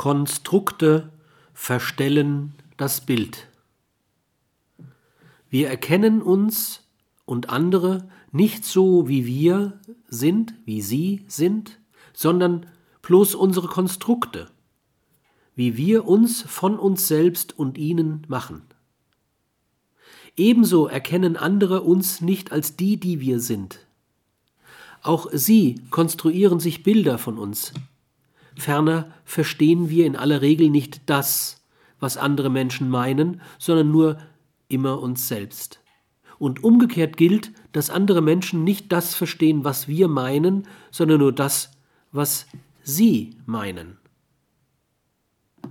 Konstrukte verstellen das Bild. Wir erkennen uns und andere nicht so, wie wir sind, wie sie sind, sondern bloß unsere Konstrukte, wie wir uns von uns selbst und ihnen machen. Ebenso erkennen andere uns nicht als die, die wir sind. Auch sie konstruieren sich Bilder von uns. Ferner verstehen wir in aller Regel nicht das, was andere Menschen meinen, sondern nur immer uns selbst. Und umgekehrt gilt, dass andere Menschen nicht das verstehen, was wir meinen, sondern nur das, was sie meinen.